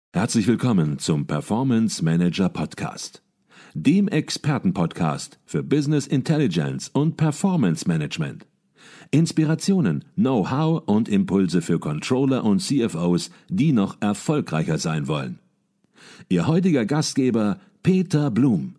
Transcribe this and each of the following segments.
Herzlich willkommen zum Performance Manager Podcast, dem Expertenpodcast für Business Intelligence und Performance Management. Inspirationen, Know-how und Impulse für Controller und CFOs, die noch erfolgreicher sein wollen. Ihr heutiger Gastgeber Peter Blum.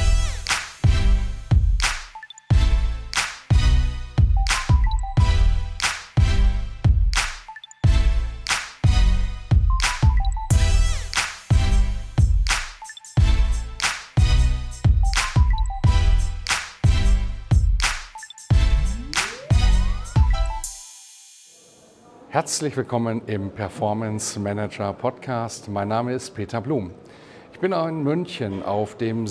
Herzlich willkommen im Performance Manager Podcast. Mein Name ist Peter Blum. Ich bin in München auf dem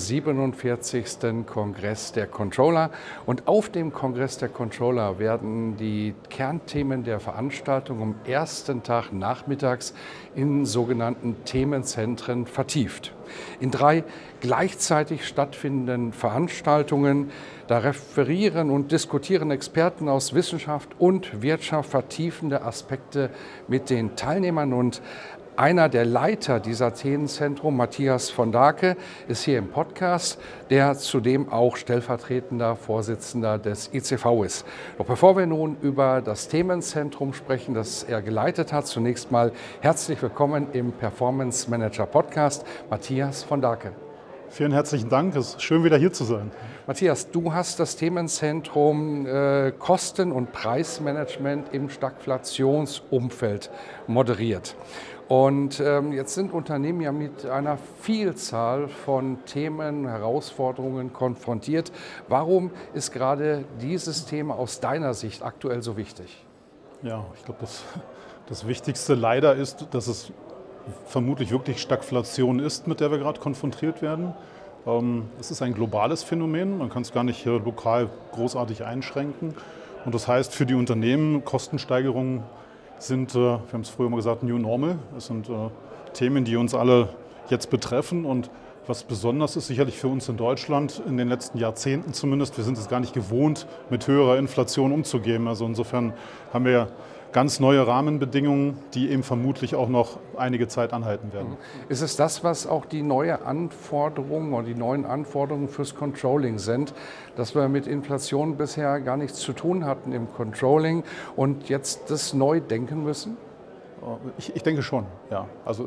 47. Kongress der Controller und auf dem Kongress der Controller werden die Kernthemen der Veranstaltung am ersten Tag nachmittags in sogenannten Themenzentren vertieft. In 3 gleichzeitig stattfindenden Veranstaltungen, da referieren und diskutieren Experten aus Wissenschaft und Wirtschaft vertiefende Aspekte mit den Teilnehmern und einer der Leiter dieser Themenzentrum, Matthias von Dake, ist hier im Podcast, der zudem auch stellvertretender Vorsitzender des ICV ist. Doch bevor wir nun über das Themenzentrum sprechen, das er geleitet hat, zunächst mal herzlich willkommen im Performance Manager Podcast, Matthias von Dake. Vielen herzlichen Dank, es ist schön wieder hier zu sein. Matthias, du hast das Themenzentrum Kosten- und Preismanagement im Stagflationsumfeld moderiert. Und jetzt sind Unternehmen ja mit einer Vielzahl von Themen, Herausforderungen konfrontiert. Warum ist gerade dieses Thema aus deiner Sicht aktuell so wichtig? Ja, ich glaube, das Wichtigste leider ist, dass es vermutlich wirklich Stagflation ist, mit der wir gerade konfrontiert werden. Es ist ein globales Phänomen, man kann es gar nicht hier lokal großartig einschränken. Und das heißt für die Unternehmen, Kostensteigerungen sind, wir haben es früher mal gesagt, New Normal. Es sind Themen, die uns alle jetzt betreffen. Und was besonders ist sicherlich für uns in Deutschland, in den letzten Jahrzehnten zumindest, wir sind es gar nicht gewohnt, mit höherer Inflation umzugehen. Also insofern haben wir ganz neue Rahmenbedingungen, die eben vermutlich auch noch einige Zeit anhalten werden. Ist es das, was auch die neue Anforderungen oder die neuen Anforderungen fürs Controlling sind, dass wir mit Inflation bisher gar nichts zu tun hatten im Controlling und jetzt das neu denken müssen? Ich denke schon, ja. Also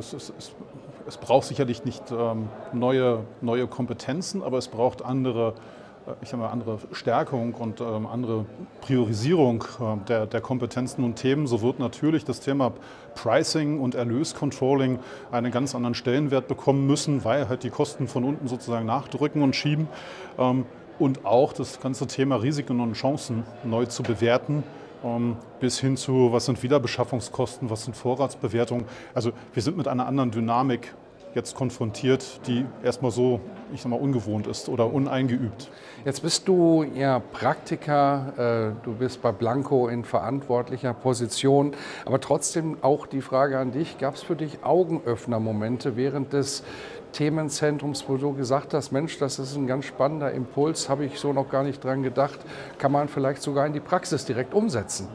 es braucht sicherlich nicht neue Kompetenzen, aber es braucht andere Stärkung und andere Priorisierung der Kompetenzen und Themen. So wird natürlich das Thema Pricing und Erlöscontrolling einen ganz anderen Stellenwert bekommen müssen, weil halt die Kosten von unten sozusagen nachdrücken und schieben. Und auch das ganze Thema Risiken und Chancen neu zu bewerten, bis hin zu, was sind Wiederbeschaffungskosten, was sind Vorratsbewertungen. Also wir sind mit einer anderen Dynamik jetzt konfrontiert, die erstmal so, ungewohnt ist oder uneingeübt. Jetzt bist du ja Praktiker, du bist bei Blanco in verantwortlicher Position, aber trotzdem auch die Frage an dich, gab es für dich Augenöffner-Momente während des Themenzentrums, wo du gesagt hast, Mensch, das ist ein ganz spannender Impuls, habe ich so noch gar nicht dran gedacht, kann man vielleicht sogar in die Praxis direkt umsetzen?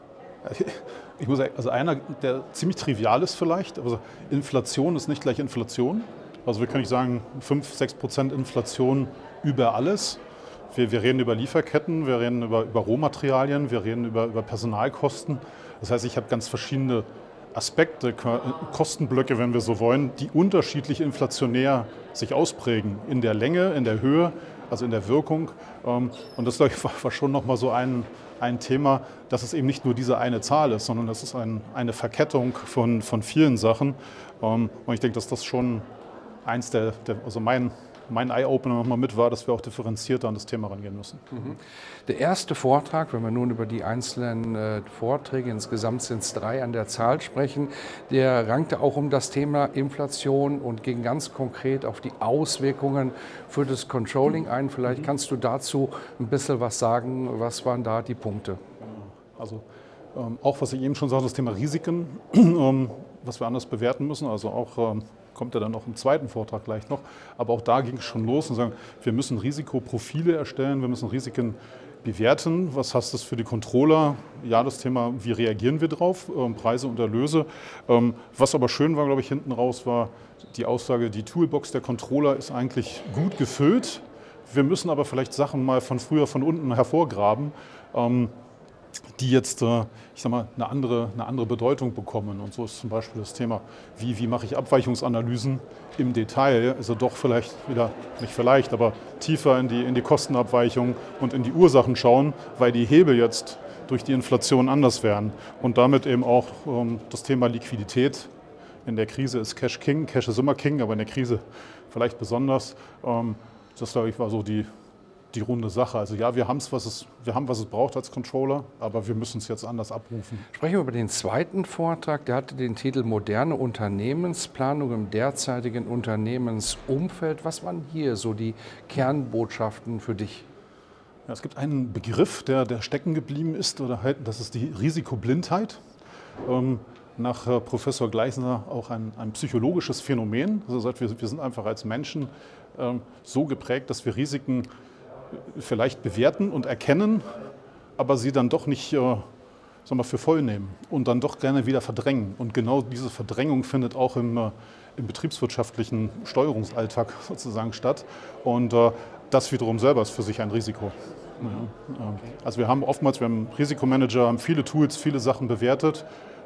Ich muss sagen, also einer, der ziemlich trivial ist vielleicht, also Inflation ist nicht gleich Inflation. Also wir können nicht sagen 5-6% Inflation über alles. Wir reden über Lieferketten, wir reden über Rohmaterialien, wir reden über Personalkosten. Das heißt, ich habe ganz verschiedene Aspekte, Kostenblöcke, wenn wir so wollen, die unterschiedlich inflationär sich ausprägen. In der Länge, in der Höhe, also in der Wirkung. Und das, glaube ich, war schon nochmal so ein Thema, dass es eben nicht nur diese eine Zahl ist, sondern das ist eine Verkettung von vielen Sachen. Und ich denke, dass das schon eins also mein Eye-Opener nochmal mit war, dass wir auch differenzierter an das Thema rangehen müssen. Der erste Vortrag, wenn wir nun über die einzelnen Vorträge, insgesamt sind es 3 an der Zahl sprechen, der rankte auch um das Thema Inflation und ging ganz konkret auf die Auswirkungen für das Controlling ein. Vielleicht kannst du dazu ein bisschen was sagen. Was waren da die Punkte? Also auch, was ich eben schon sagte, das Thema Risiken, was wir anders bewerten müssen, also auch kommt ja dann noch im zweiten Vortrag gleich noch. Aber auch da ging es schon los und sagen, wir müssen Risikoprofile erstellen, wir müssen Risiken bewerten, was heißt das für die Controller? Ja, das Thema, wie reagieren wir drauf, Preise und Erlöse. Was aber schön war, glaube ich, hinten raus, war die Aussage, die Toolbox der Controller ist eigentlich gut gefüllt. Wir müssen aber vielleicht Sachen mal von früher von unten hervorgraben, die jetzt, ich sag mal, eine andere Bedeutung bekommen. Und so ist zum Beispiel das Thema, wie mache ich Abweichungsanalysen im Detail, also doch vielleicht wieder, nicht vielleicht, aber tiefer in die Kostenabweichung und in die Ursachen schauen, weil die Hebel jetzt durch die Inflation anders werden. Und damit eben auch das Thema Liquidität. In der Krise ist Cash King, Cash ist immer King, aber in der Krise vielleicht besonders. Das, glaube ich, war so die runde Sache. Also ja, wir haben, was es braucht als Controller, aber wir müssen es jetzt anders abrufen. Sprechen wir über den zweiten Vortrag. Der hatte den Titel Moderne Unternehmensplanung im derzeitigen Unternehmensumfeld. Was waren hier so die Kernbotschaften für dich? Ja, es gibt einen Begriff, der stecken geblieben ist, oder halt, das ist die Risikoblindheit. Nach Professor Gleisner auch ein psychologisches Phänomen. Also wir sind einfach als Menschen so geprägt, dass wir Risiken vielleicht bewerten und erkennen, aber sie dann doch nicht für voll nehmen und dann doch gerne wieder verdrängen. Und genau diese Verdrängung findet auch im betriebswirtschaftlichen Steuerungsalltag sozusagen statt. Und das wiederum selber ist für sich ein Risiko. Ja. Also wir haben Risikomanager, haben viele Tools, viele Sachen bewertet.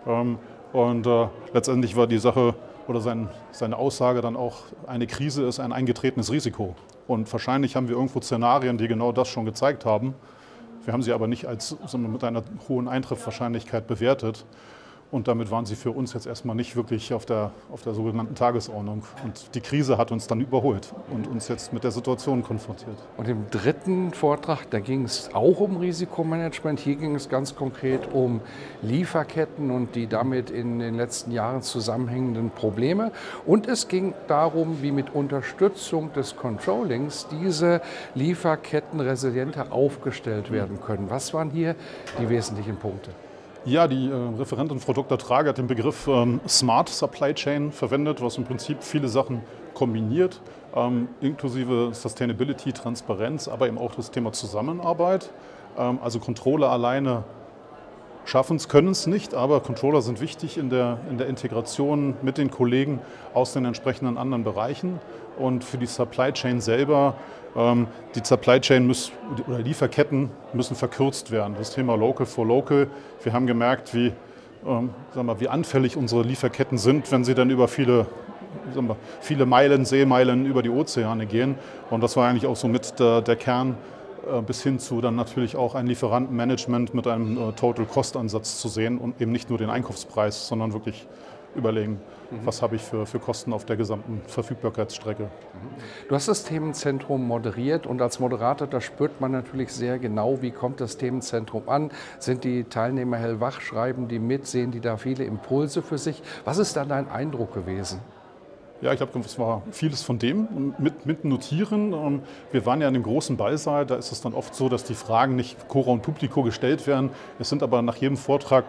Und letztendlich war die Sache oder seine Aussage dann auch, eine Krise ist ein eingetretenes Risiko. Und wahrscheinlich haben wir irgendwo Szenarien, die genau das schon gezeigt haben. Wir haben sie aber nicht mit einer hohen Eintreffwahrscheinlichkeit bewertet. Und damit waren sie für uns jetzt erstmal nicht wirklich auf der sogenannten Tagesordnung. Und die Krise hat uns dann überholt und uns jetzt mit der Situation konfrontiert. Und im dritten Vortrag, da ging es auch um Risikomanagement. Hier ging es ganz konkret um Lieferketten und die damit in den letzten Jahren zusammenhängenden Probleme. Und es ging darum, wie mit Unterstützung des Controllings diese Lieferketten resilienter aufgestellt werden können. Was waren hier die wesentlichen Punkte? Ja, die Referentin Frau Dr. Trage hat den Begriff Smart Supply Chain verwendet, was im Prinzip viele Sachen kombiniert, inklusive Sustainability, Transparenz, aber eben auch das Thema Zusammenarbeit. Also Controller alleine schaffen es, können es nicht, aber Controller sind wichtig in der Integration mit den Kollegen aus den entsprechenden anderen Bereichen. Und für die Supply Chain selber, die Supply Chain oder Lieferketten müssen verkürzt werden. Das Thema Local for Local. Wir haben gemerkt, wie anfällig unsere Lieferketten sind, wenn sie dann über viele Meilen, Seemeilen über die Ozeane gehen. Und das war eigentlich auch so mit der Kern, bis hin zu dann natürlich auch ein Lieferantenmanagement mit einem Total-Cost-Ansatz zu sehen und eben nicht nur den Einkaufspreis, sondern wirklich überlegen, was habe ich für Kosten auf der gesamten Verfügbarkeitsstrecke. Du hast das Themenzentrum moderiert und als Moderator, da spürt man natürlich sehr genau, wie kommt das Themenzentrum an, sind die Teilnehmer hellwach, schreiben die mit, sehen die da viele Impulse für sich. Was ist da dein Eindruck gewesen? Ja, ich glaube, es war vieles von dem mit Notieren. Wir waren ja in dem großen Ballsaal, da ist es dann oft so, dass die Fragen nicht cora und publico gestellt werden. Es sind aber nach jedem Vortrag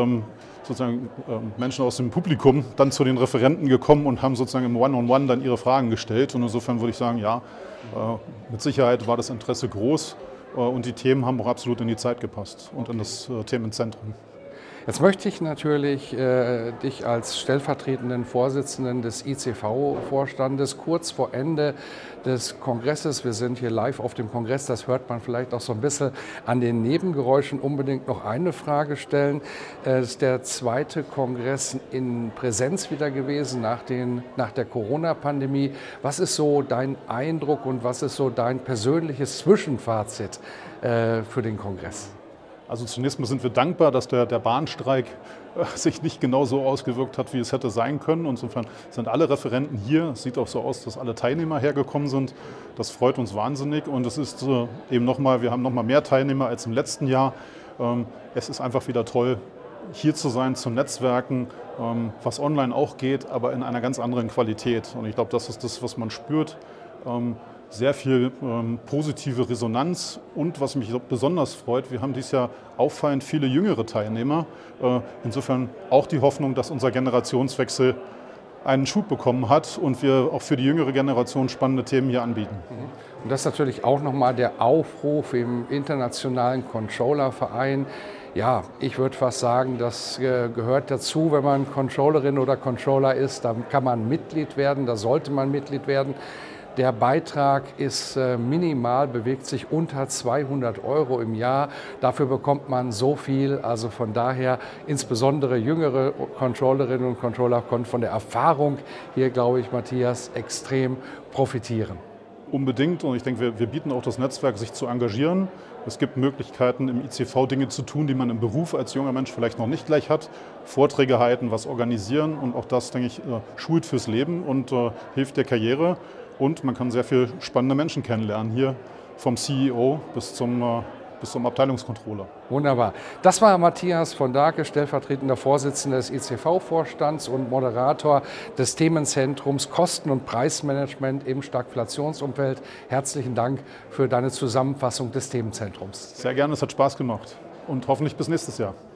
Menschen aus dem Publikum dann zu den Referenten gekommen und haben sozusagen im One-on-One dann ihre Fragen gestellt. Und insofern würde ich sagen, ja, mit Sicherheit war das Interesse groß und die Themen haben auch absolut in die Zeit gepasst und in das Themenzentrum. Jetzt möchte ich natürlich dich als stellvertretenden Vorsitzenden des ICV-Vorstandes kurz vor Ende des Kongresses, wir sind hier live auf dem Kongress, das hört man vielleicht auch so ein bisschen an den Nebengeräuschen, unbedingt noch eine Frage stellen. Es ist der zweite Kongress in Präsenz wieder gewesen nach der Corona-Pandemie. Was ist so dein Eindruck und was ist so dein persönliches Zwischenfazit für den Kongress? Also zunächst mal sind wir dankbar, dass der Bahnstreik sich nicht genau so ausgewirkt hat, wie es hätte sein können. Und insofern sind alle Referenten hier. Es sieht auch so aus, dass alle Teilnehmer hergekommen sind. Das freut uns wahnsinnig. Und es ist eben wir haben nochmal mehr Teilnehmer als im letzten Jahr. Es ist einfach wieder toll, hier zu sein, zu Netzwerken, was online auch geht, aber in einer ganz anderen Qualität. Und ich glaube, das ist das, was man spürt. Sehr viel positive Resonanz und was mich besonders freut, wir haben dieses Jahr auffallend viele jüngere Teilnehmer. Insofern auch die Hoffnung, dass unser Generationswechsel einen Schub bekommen hat und wir auch für die jüngere Generation spannende Themen hier anbieten. Und das ist natürlich auch nochmal der Aufruf im Internationalen Controller-Verein. Ja, ich würde fast sagen, das gehört dazu, wenn man Controllerin oder Controller ist, dann kann man Mitglied werden, da sollte man Mitglied werden. Der Beitrag ist minimal, bewegt sich unter 200 € im Jahr. Dafür bekommt man so viel. Also von daher, insbesondere jüngere Controllerinnen und Controller konnten von der Erfahrung hier, glaube ich, Matthias, extrem profitieren. Unbedingt, und ich denke, wir bieten auch das Netzwerk, sich zu engagieren. Es gibt Möglichkeiten, im ICV Dinge zu tun, die man im Beruf als junger Mensch vielleicht noch nicht gleich hat. Vorträge halten, was organisieren, und auch das, denke ich, schult fürs Leben und hilft der Karriere. Und man kann sehr viele spannende Menschen kennenlernen, hier vom CEO bis zum Abteilungscontroller. Wunderbar. Das war Matthias von Dahlke, stellvertretender Vorsitzender des ICV-Vorstands und Moderator des Themenzentrums Kosten- und Preismanagement im Stagflationsumfeld. Herzlichen Dank für deine Zusammenfassung des Themenzentrums. Sehr gerne, es hat Spaß gemacht und hoffentlich bis nächstes Jahr.